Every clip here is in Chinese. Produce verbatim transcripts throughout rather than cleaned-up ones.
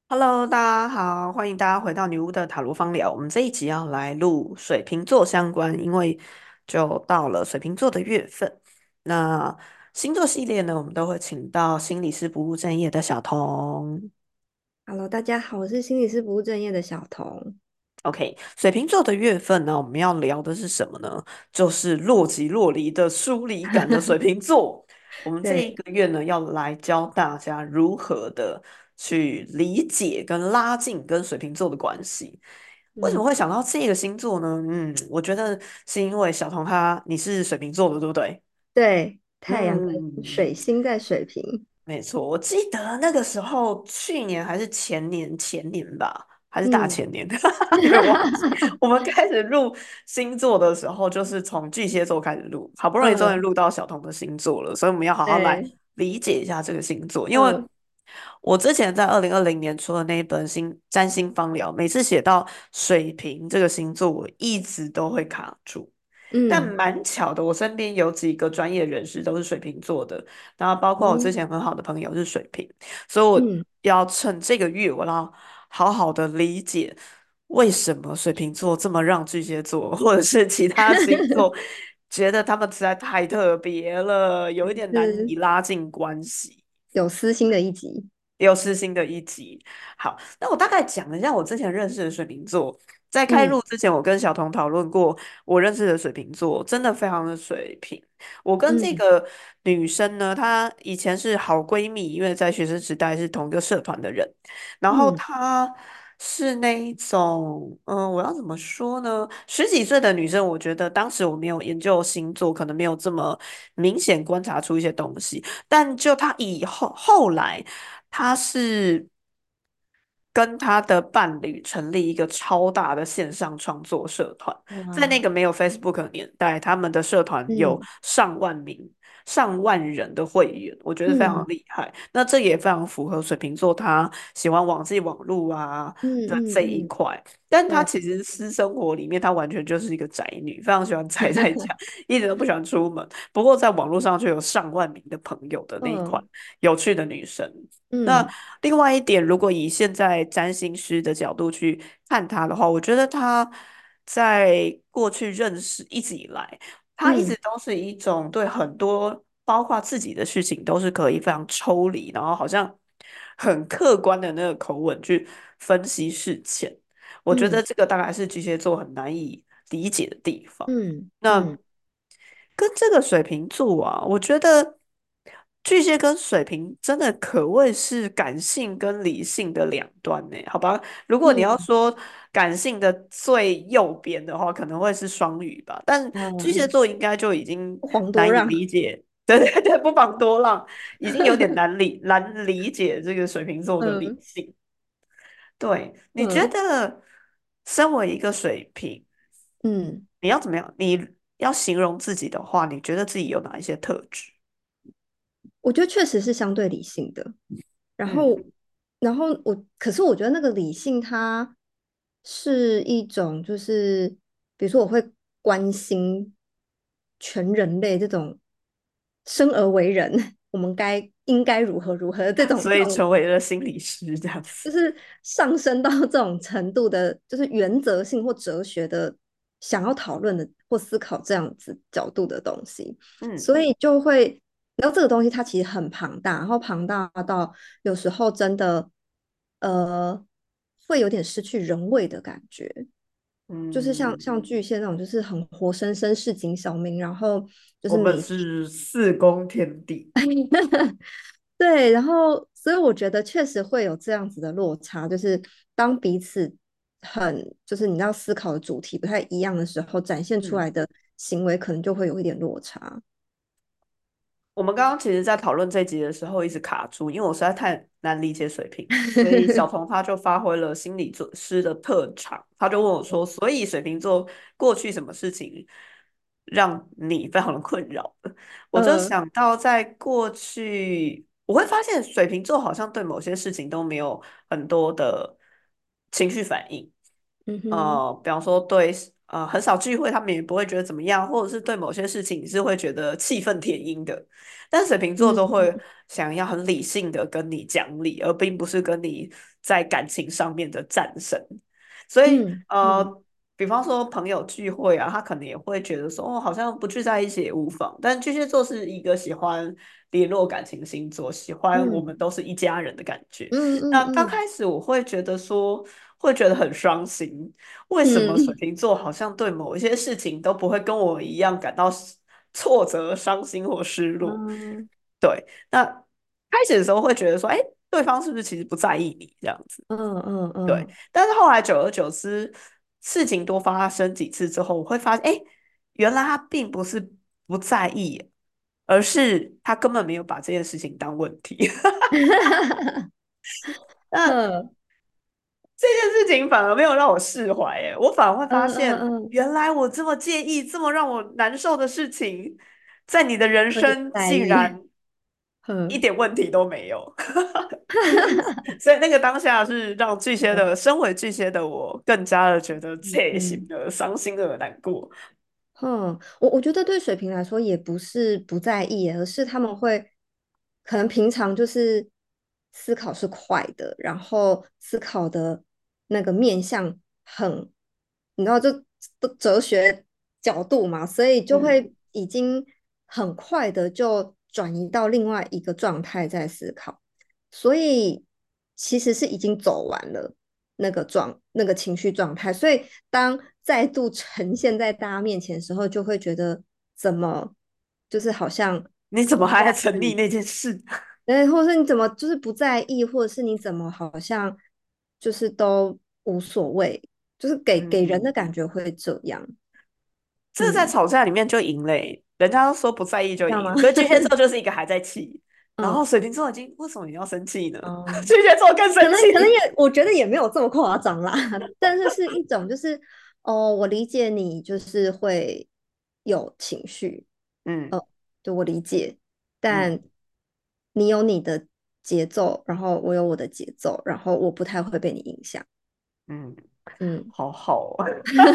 Hello，大家好，欢迎大家回到女巫的塔罗方聊。我们这一集要来录水瓶座相关，因为就到了水瓶座的月份。那星座系列呢，我们都会请到心理师不务正业的小童。 Hello，大家好，我是心理师不务正业的小童。 OK，水瓶座的月份呢，我们要聊的是什么呢？就是若即若离的疏离感的水瓶座。我们这一对， 个月呢，要来教大家如何的去理解跟拉近跟水瓶座的关系。为什么嗯， 会想到这个星座呢？嗯，我觉得是因为小童他你是水瓶座的，对不对？ 对，太阳跟嗯， 水星在水瓶。 没错，我记得那个时候，去年还是前年，前年吧，还是大嗯， 前年，有点忘记。我们开始录星座的时候，就是从巨蟹座开始录，好不容易终于嗯， 录到小童的星座了，所以我们要好好来对， 理解一下这个星座。因为嗯我之前在二零二零年出的那一本星占星方疗，每次写到水瓶这个星座，我一直都会卡住。但嗯蛮巧的，我身边有几个专业人士都是水瓶座的，然后包括我之嗯前很好的朋友是水瓶，所以我嗯， 要趁这个月，我要好好的理解为什么水瓶座这么让巨蟹座或者是其他星座觉得他们实在太特别了，有一点难以是拉近关系。 有私心的一集。 有失心的一集。好，那我大概讲一下我之前认识的水瓶座。在开嗯录之前，我跟小童讨论过，我认识的水瓶座真的非常的水瓶。我跟这嗯个女生呢，她以前是好闺蜜，因为在学生时代是同一个社团的人。然后嗯她是那一种，嗯、我要怎么说呢？十几岁的女生，我觉得当时我没有研究星座，可能没有这么明显观察出一些东西。但就她以后后来。他是跟他的伴侣成立一个超大的线上创作社团，在那哇， 个没有 Facebook 的年代，他们的社团有嗯上万名、上万人的会员，我觉得非常嗯厉害。那这也非常符合水瓶座他喜欢网际网络啊嗯的这一嗯嗯， 块，但他对， 其实私生活里面，他完全就是一个宅女，非常喜欢宅在家，一点都不喜欢出门。不过在网络上却有上万名的朋友的那一款嗯有趣的女生。那嗯另外一点，如果以现在占星师的角度去看他的话，我觉得他在过去认识一直以来，他一直嗯都是一种对很多包括自己的事情都是可以非常抽离，然后好像很客观的那个口吻去分析事情。我觉得嗯这个大概是巨蟹座很难以理解的地方。 嗯那嗯， 跟这个水瓶座啊，我觉得巨蟹跟水瓶真的可谓是感性跟理性的两端呢。好吧，如果你要嗯说感性的最右边的话，可能会是双鱼吧，但巨蟹嗯， 座应该就已经不遑多难以让。 理解。对对对，不遑多让，已经有点难理难理解这个水瓶座的理嗯性。对，你觉嗯得身为一个水瓶？ 嗯。 你要怎么样？你要形容自己的话，你觉得自己有哪一些特质？ 我觉得确实是相对理性的。然嗯后，然后我，可是我觉得那个理性，它是一种，就是比如说，我会关心全人类这种生而为人，我们该应该如何如何的这种这种所以成为了心理师这样子。 就是上升到这种程度的，就是原则性或哲学的想要讨论的或思考这样子角度的东西， 嗯所以就会，然后这个东西它其实很庞大，然后庞大到有时候真的呃会有点失去人味的感觉。就是像像嗯， 巨蟹那种，就是很活生生市井小民，然后就是我们每天是四宫天地。 对，然后所以我觉得确实会有这样子的落差，就是当彼此很就是你要思考的主题不太一样的时候，展现出嗯。 来的行为可能就会有一点落差。 我们刚刚其实在讨论这集的时候一直卡住，因为我实在太难理解水瓶，所以小童他就发挥了心理做师的特长，他就问我说：“所以水瓶座过去什么事情让你非常的困扰的？”我就嗯想到在过去，我会发现水瓶座好像对某些事情都没有很多的情绪反应。 嗯哼， 呃，比方说对呃很少聚会，他们也不会觉得怎么样，或者是对某些事情是会觉得气愤填膺的。但水瓶座都嗯会想要很理性的跟你讲理，而并不是跟你在感情上面的战胜。所以嗯嗯呃，比方说朋友聚会啊，他可能也会觉得说，哦，好像不聚在一起也无妨。但巨蟹座是一个喜欢联络感情星座，喜欢我们嗯都是一家人的感觉。 嗯嗯那刚嗯开始我会觉得说，会觉得很伤心，为什么水嗯瓶座好像对某一些事情都不会跟我一样感到挫折、伤心或失落？ 嗯对，那开始的时候会觉得说，哎，对方是不是其实不在意你这样子？ 嗯嗯对， 嗯但是后来久而久之，事情多发生几次之后，我会发现，哎，原来他并不是不在意，而是他根本没有把这件事情当问题。那嗯这件事情反而没有让我释怀，哎，我反而会发嗯嗯现， 嗯， 原来我这么介意、这么让我难受的事情，在你的人会不生在意， 竟然一嗯， 点问题都没有。所以那个当下是让巨蟹的，身为巨蟹的我，更加的觉得切心嗯。 的、伤心的、难过。 嗯，我我觉得对水瓶来说也不是不在意，而是他们会可能平常就是思考是快的，然后思考的那个面向很，你知道就都哲学角度嘛，所以就嗯， 会已经很快的就转移到另外一个状态在思考，所以其实是已经走完了。那个状那个情绪状态，所以当再度呈现在大家面前的时候，就会觉得怎么就是好像你怎么还在沉溺意， 那件事？ 哎，或者是你怎么就是不在意，或者是你怎么好像就是都无所谓，就是给给人的嗯， 感觉会这样， 这在嗯， 吵架里面就赢嘞、人家都说不在意就这样吗？ 赢，可是巨蟹座就是一个还在气，然后嗯水瓶座已经为什么你要生气呢？ 嗯， 巨蟹座更可生气。 能可能也，我觉得也没有这么夸张啦，但是是一种就是哦，我理解你就是会有情绪， 嗯呃，就我理解， 嗯但你有你的节奏，然后我有我的节奏，然后我不太会被你影响， 嗯， 嗯， 好好哦。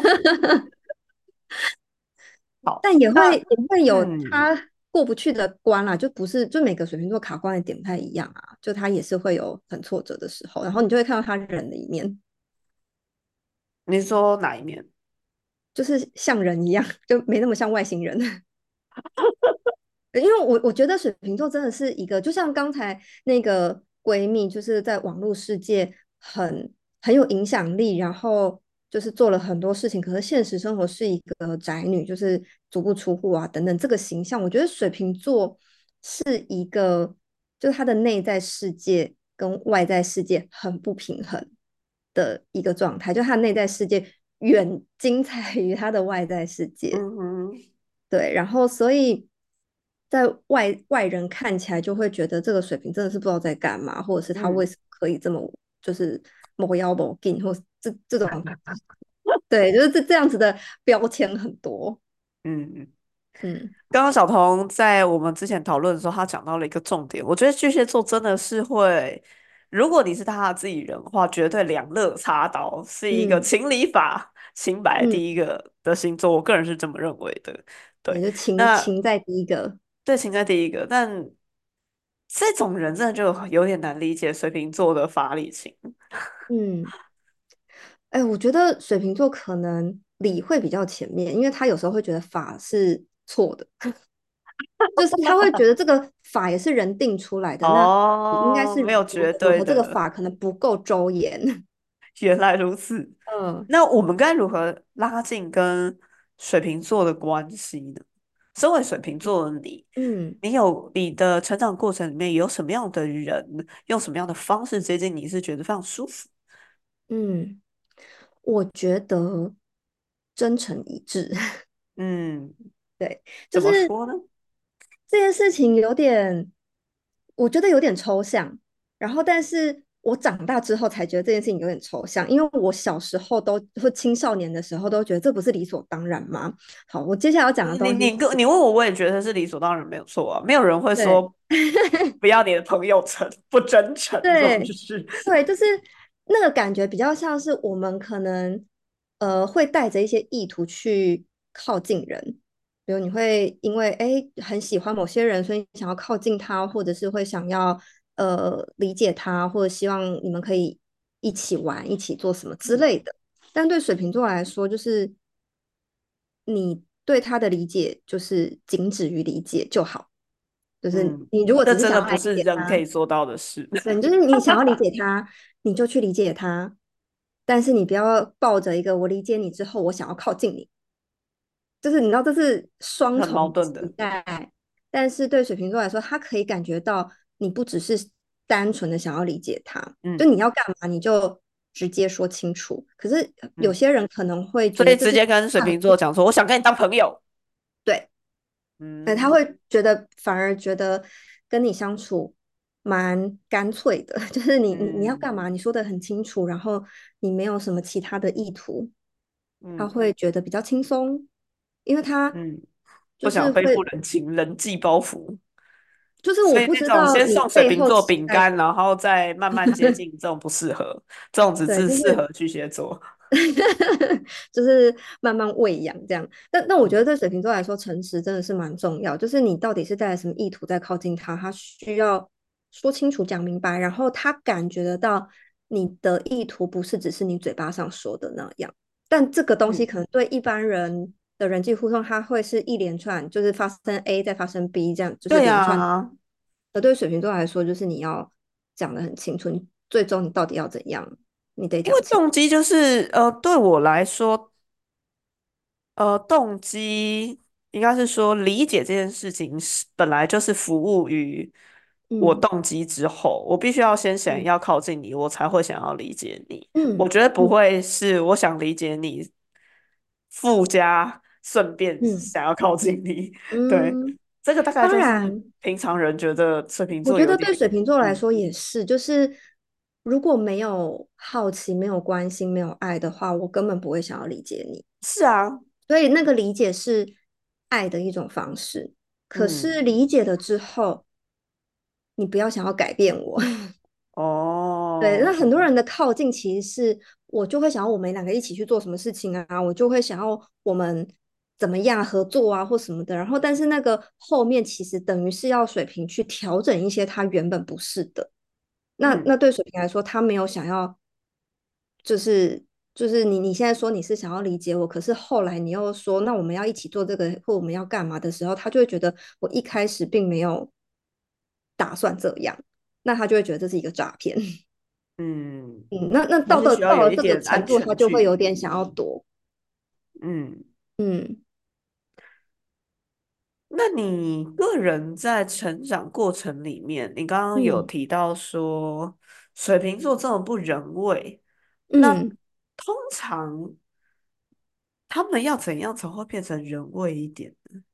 好， 但也会那也会有嗯， 他过不去的关啦，就不是就每个水瓶座卡关的点不太一样啊，就他也是会有很挫折的时候，然后你就会看到他人的一面。 你说哪一面？ 就是像人一样，就没那么像外星人。因为我我觉得水瓶座真的是一个，就像刚才那个闺蜜，就是在网络世界很很有影响力，然后就是做了很多事情，可是现实生活是一个宅女，就是足不出户啊等等这个形象，我觉得水瓶座是一个，就是他的内在世界跟外在世界很不平衡的一个状态，就他的内在世界远精彩于他的外在世界。 嗯哼， 对，然后所以在外外人看起来就会觉得这个水瓶真的是不知道在干嘛，或者是他为嗯什么可以这么就是某妖某劲，或是这这种，对，就是这这样子的标签很多。 嗯嗯。 嗯刚刚小童在我们之前讨论的时候，他讲到了一个重点。我觉得巨蟹座真的是会，如果你是他的自己人的话，绝对两肋插刀，是一个嗯情理法清白嗯， 第一个的星座。我个人是这么认为的。 对， 对， 就情那情在第一个。 对情在第一个，但这种人真的就有点难理解水瓶座的法理情。 嗯，哎，我觉得水瓶座可能理会比较前面，因为他有时候会觉得法是错的。就是他会觉得这个法也是人定出来的，那你应该哦， 是没有绝如何和这个对的， 法可能不够周延。 原来如此。 嗯那我们该如何拉近跟水瓶座的关系呢？身为水瓶座的你， 嗯你有你的成长过程里面有什么样的人，用什么样的方式接近你是觉得非常舒服？ 嗯，我觉得真诚一致， 嗯， 对，就怎么是说呢？ 这件事情有点，我觉得有点抽象。然后，但是我长大之后才觉得这件事情有点抽象，因为我小时候都或青少年的时候都觉得这不是理所当然吗？好，我接下来要讲的东西， 你你跟你问我，我也觉得是理所当然，没有错啊。没有人会对说不要你的朋友诚不真诚这种对事。 对，就是那个感觉比较像是我们可能。 呃会带着一些意图去靠近人，比如你会因为哎很喜欢某些人，所以想要靠近他，或者是会想要呃理解他，或者希望你们可以一起玩、一起做什么之类的。但对水瓶座来说，就是你对他的理解就是仅止于理解就好，就是嗯， 你如果这只是想要来理真的不是解他， 人可以做到的事。 对，就是你想要理解他，你就去理解他，但是你不要抱着一个我理解你之后，我想要靠近你，就是你知道这是双很矛重期盾的。 待。但是对水瓶座来说，他可以感觉到你不只是单纯的想要理解他，就嗯你要干嘛你就直接说清楚。可是有嗯， 些人可能会觉所以得这是直接跟水瓶座讲说，我想跟你当朋友。 对，呃，他嗯会觉得反而觉得跟你相处蛮干脆的，就是你你你要干嘛， 嗯你说的很清楚，然后你没有什么其他的意图，他嗯会觉得比较轻松，因为他嗯， 就不想背负是会， 人情人际包袱。 就是我所以那不知道种先你背送水瓶座后期待， 饼干，然后再慢慢接近，这种不适合，这种只对， 是就是适合巨蟹座。 就是慢慢喂养这样。但但我觉嗯得对水瓶座来说，诚实真的是蛮重要。就是你到底是带着什么意图在靠近他，他需要说清楚、讲明白，然后他感觉得到你的意图不是只是你嘴巴上说的那样。但这个东西嗯， 可能对一般人的人际互动，它会是一连串，就是发生 A 再发生 B 这样，就是对连串。 呀， 而对水瓶座来说，就是你要讲得很清楚，你最终你到底要怎样，你得因为讲清。 动机就是呃，对我来说，呃，动机应该是说理解这件事情是本来就是服务于我嗯动机之后，我必须要先想嗯要靠近你，我才会想要理解你。我嗯觉得不嗯会是我想理解你，附加顺便嗯想要靠近你。对， 嗯， 这个大概当就是然， 平常人觉得水瓶我觉得座有点， 对水瓶座来嗯， 说也是，就是如果没有好奇、没有关心、没有爱的话，我根本不会想要理解你。 是啊， 所以那个理解是爱的一种方式。可嗯， 是理解了之后，你不要想要改变我。对，那哦， 很多人的靠近其实是我就会想要我们两个一起去做什么事情啊，我就会想要我们怎么样合作啊或什么的。然后，但是那个后面其实等于是要水瓶去调整一些他原本不是的。那嗯那对水瓶来说，他没有想要，就是就是你你现在说你是想要理解我，可是后来你又说那我们要一起做这个或我们要干嘛的时候，他就会觉得我一开始并没有打算这样，那他就会觉得这是一个诈骗。 嗯， 嗯，那那到还是了到了需要有一这个程度， 点安全他就会有距离。 点想要躲。 嗯。 嗯那你个人在成长过程里面，你刚刚有嗯提到说水瓶座这么不人味，那嗯通常他们要怎样才会变成人味一点？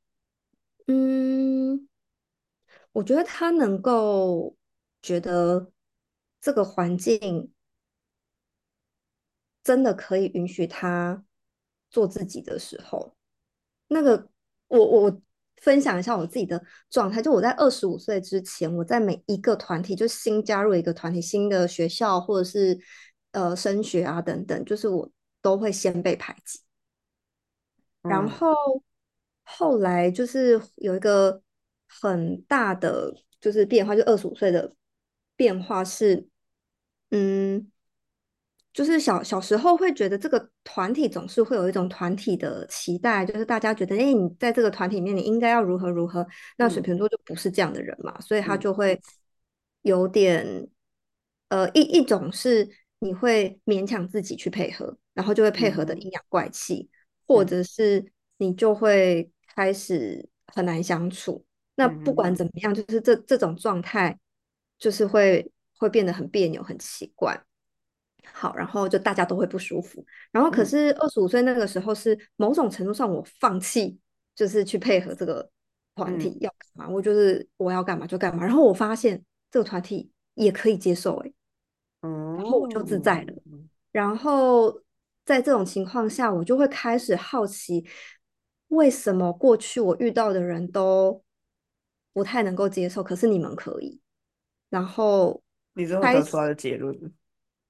嗯，我觉得他能够觉得这个环境真的可以允许他做自己的时候，那个我我分享一下我自己的状态，就我在二十五岁之前，我在每一个团体，就新加入一个团体、新的学校或者是呃升学啊等等，就是我都会先被排挤。然嗯后后来就是有一个很大的就是变化，就二十五岁的变化是，嗯，就是小小时候会觉得这个团体总是会有一种团体的期待，就是大家觉得，哎，你在这个团体里面，你应该要如何如何。那水嗯瓶座就不是这样的人嘛，所以他嗯就会有点，呃，一一种是你会勉强自己去配合，然后就会配嗯哼合的阴阳怪气，或嗯者是你就会开始很难相处。那不管嗯哼怎么样，就是这这种状态，就是会会变得很别扭、很奇怪。好，然后就大家都会不舒服。然后可嗯是二十五岁那个时候是某种程度上我放弃，就是去配合这个团体嗯要干嘛，我就是我要干嘛就干嘛。然后我发现这个团体也可以接受、欸，然后我就自在了。 嗯然后在这种情况下，我就会开始好奇，为什么过去我遇到的人都不太能够接受，可是你们可以。然后你最后开始得出来的结论？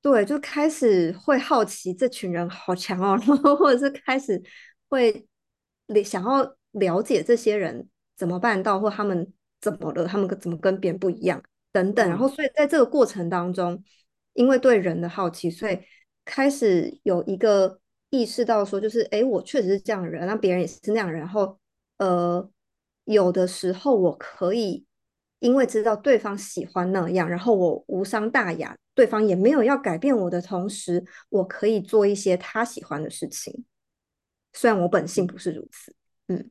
对，就开始会好奇这群人好强哦，然后或者是开始会了想要了解这些人怎么办到，或他们怎么了，他们跟怎么跟别人不一样等等。然后， 嗯所以在这个过程当中，因为对人的好奇，所以开始有一个意识到说，就是诶，我确实是这样的人，那别人也是那样的人，然后呃，有的时候我可以。因为知道对方喜欢那样，然后我无伤大雅，对方也没有要改变我的同时，我可以做一些他喜欢的事情，虽然我本性嗯， 不是如此。嗯，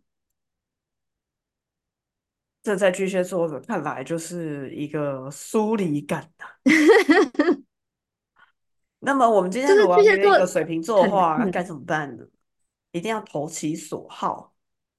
这在巨蟹座的看来就是一个疏离感呐、那么我们今天如果就是巨蟹座要约一个水瓶座的很话，该嗯怎么办呢？一定要投其所好。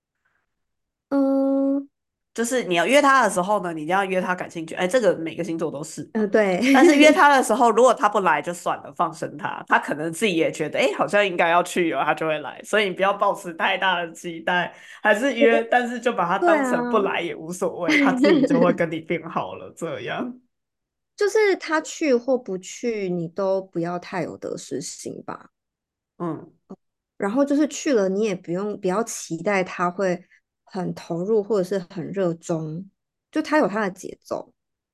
嗯就是你要约他的时候呢，你一定要约他感兴趣。哎，这个每个星座都是嘛。 呃对， 但是约他的时候，如果他不来就算了，放生他。他可能自己也觉得，哎，好像应该要去哦，他就会来。所以你不要抱持太大的期待，还是约， 我但是就把他对当成不啊， 来也无所谓，他自己就会跟你变好了。这样， 就是他去或不去，你都不要太有得失心吧。 嗯然后就是去了，你也不用不要期待他会很投入或者是很热衷，就他有他的节奏。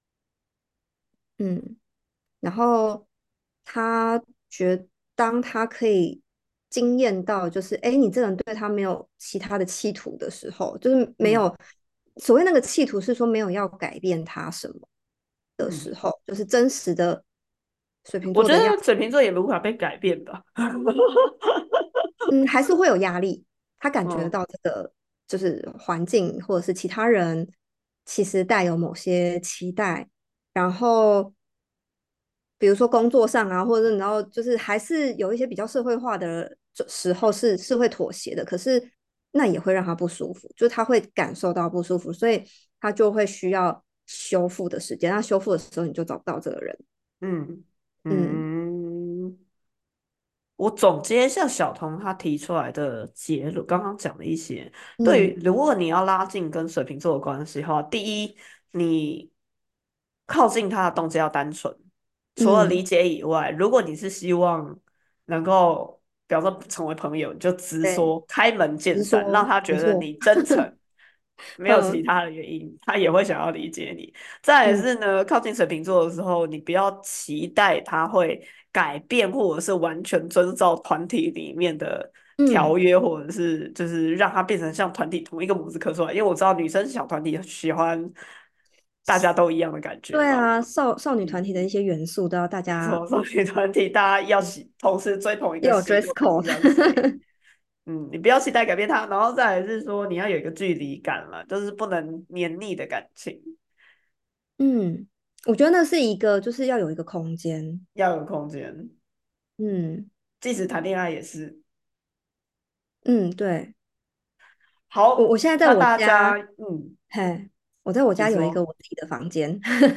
嗯。然后他觉当他可以惊艳到，就是哎，诶你这个人对他没有其他的企图的时候，就是没嗯有所谓那个企图是说没有要改变他什么的嗯， 时候，就是真实的水瓶我觉座的样子， 得水瓶座也无法被改变吧。 嗯，还是会有压力。他感觉得嗯到这个就是环境或者是其他人其实带有某些期待，然后比如说工作上啊，或者是然后就是还是有一些比较社会化的这时候是是会妥协的，可是那也会让他不舒服，就是他会感受到不舒服，所以他就会需要修复的时间。那修复的时候你就找不到这个人， 嗯嗯嗯。我总结一下小童他提出来的结论，刚刚讲的一些，对嗯于如果你要拉近跟水瓶座的关系的话，第一，你靠近他的动机要单纯，除了理嗯， 解以外，如果你是希望能够，比方说成为朋友，你就直对， 说开门见山，让直说他觉得没错， 你真诚，没有其嗯他的原因，他也会想要理解你。再来嗯是呢，靠近水瓶座的时候，你不要期待他会改变，或者是完全遵照团体里面的条嗯， 约，或者是就是让他变成像团体同一个模子刻出来。因为我知道女生小团体喜欢大家都一样的感觉嘛。 对啊，少少女团嗯， 体的一些元素都要大家没错，少女团体大家要喜，同时追同一个要有星， dress 又不一 code， 样谁。嗯，你不要期待改变他，然后再来是说你要有一个距离感了，就是不能黏腻的感情， 嗯，我觉得那是一个就是要有一个空间， 要有空间。 嗯即使谈恋爱也是。 嗯，对。我我好， 现在在那我家， 大家，嗯， 嘿，我在我家有一个你说， 我自己的房间，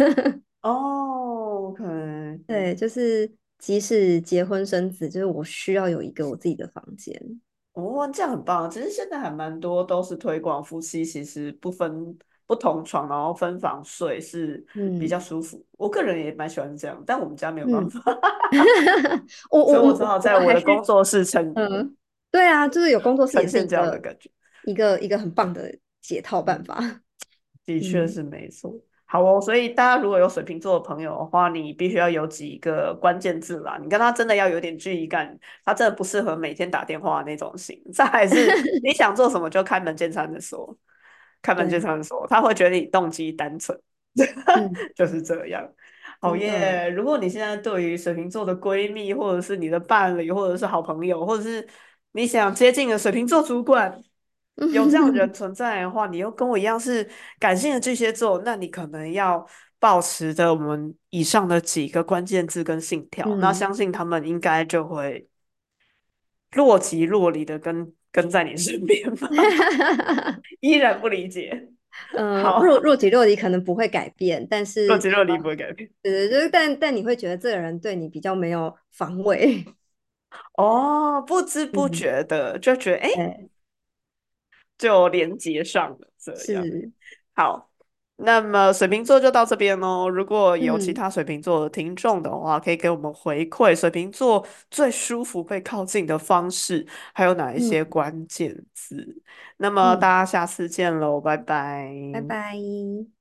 哦，OK， 对，就是即使结婚生子，就是我需要有一个我自己的房间。 哦，这样很棒。其实现在还蛮多都是推广夫妻其实不分不同床，然后分房睡是比较嗯舒服。我个人也蛮喜欢这样，但我们家没有办嗯， 法， 我所以我我我我只好在我我们还是的工作室呈嗯，对啊，就是有工作室也是一呈现这样的个感觉。 一个一个很棒的解套办嗯。 法。 的确嗯是没错。好哦，所以大家如果有水瓶座的朋友的话，你必须要有几个关键字啦。你跟他真的要有点距离感，他真的不适合每天打电话的那种型。再还是你想做什么就开门见山的说，开门见对， 山的说，他会觉得你动机单纯， 嗯， 就是这样。好真的， 耶！如果你现在对于水瓶座的闺蜜，或者是你的伴侣，或者是好朋友，或者是你想接近的水瓶座主管，有这样的人存在的话，你又跟我一样是感性的巨蟹座，那你可能要保持着我们以上的几个关键字跟信条，那嗯。 相信他们应该就会若即若离的跟跟在你身边吧。依然不理解。 呃，若好， 若即若离可能不会改变，但是若即若离不会改变。 呃，就是但但你会觉得这个人对你比较没有防卫， 哦，不知不嗯， 觉的就觉得，哎， 对， 就连接上了这样。 是， 好， 那么水瓶座就到这边哦。如果有其嗯他水瓶座的听众的话，可以给我们回馈水瓶座最舒服被靠近的方式，还有哪一些嗯关键字。那么大嗯， 家下次见喽，拜拜。 拜拜。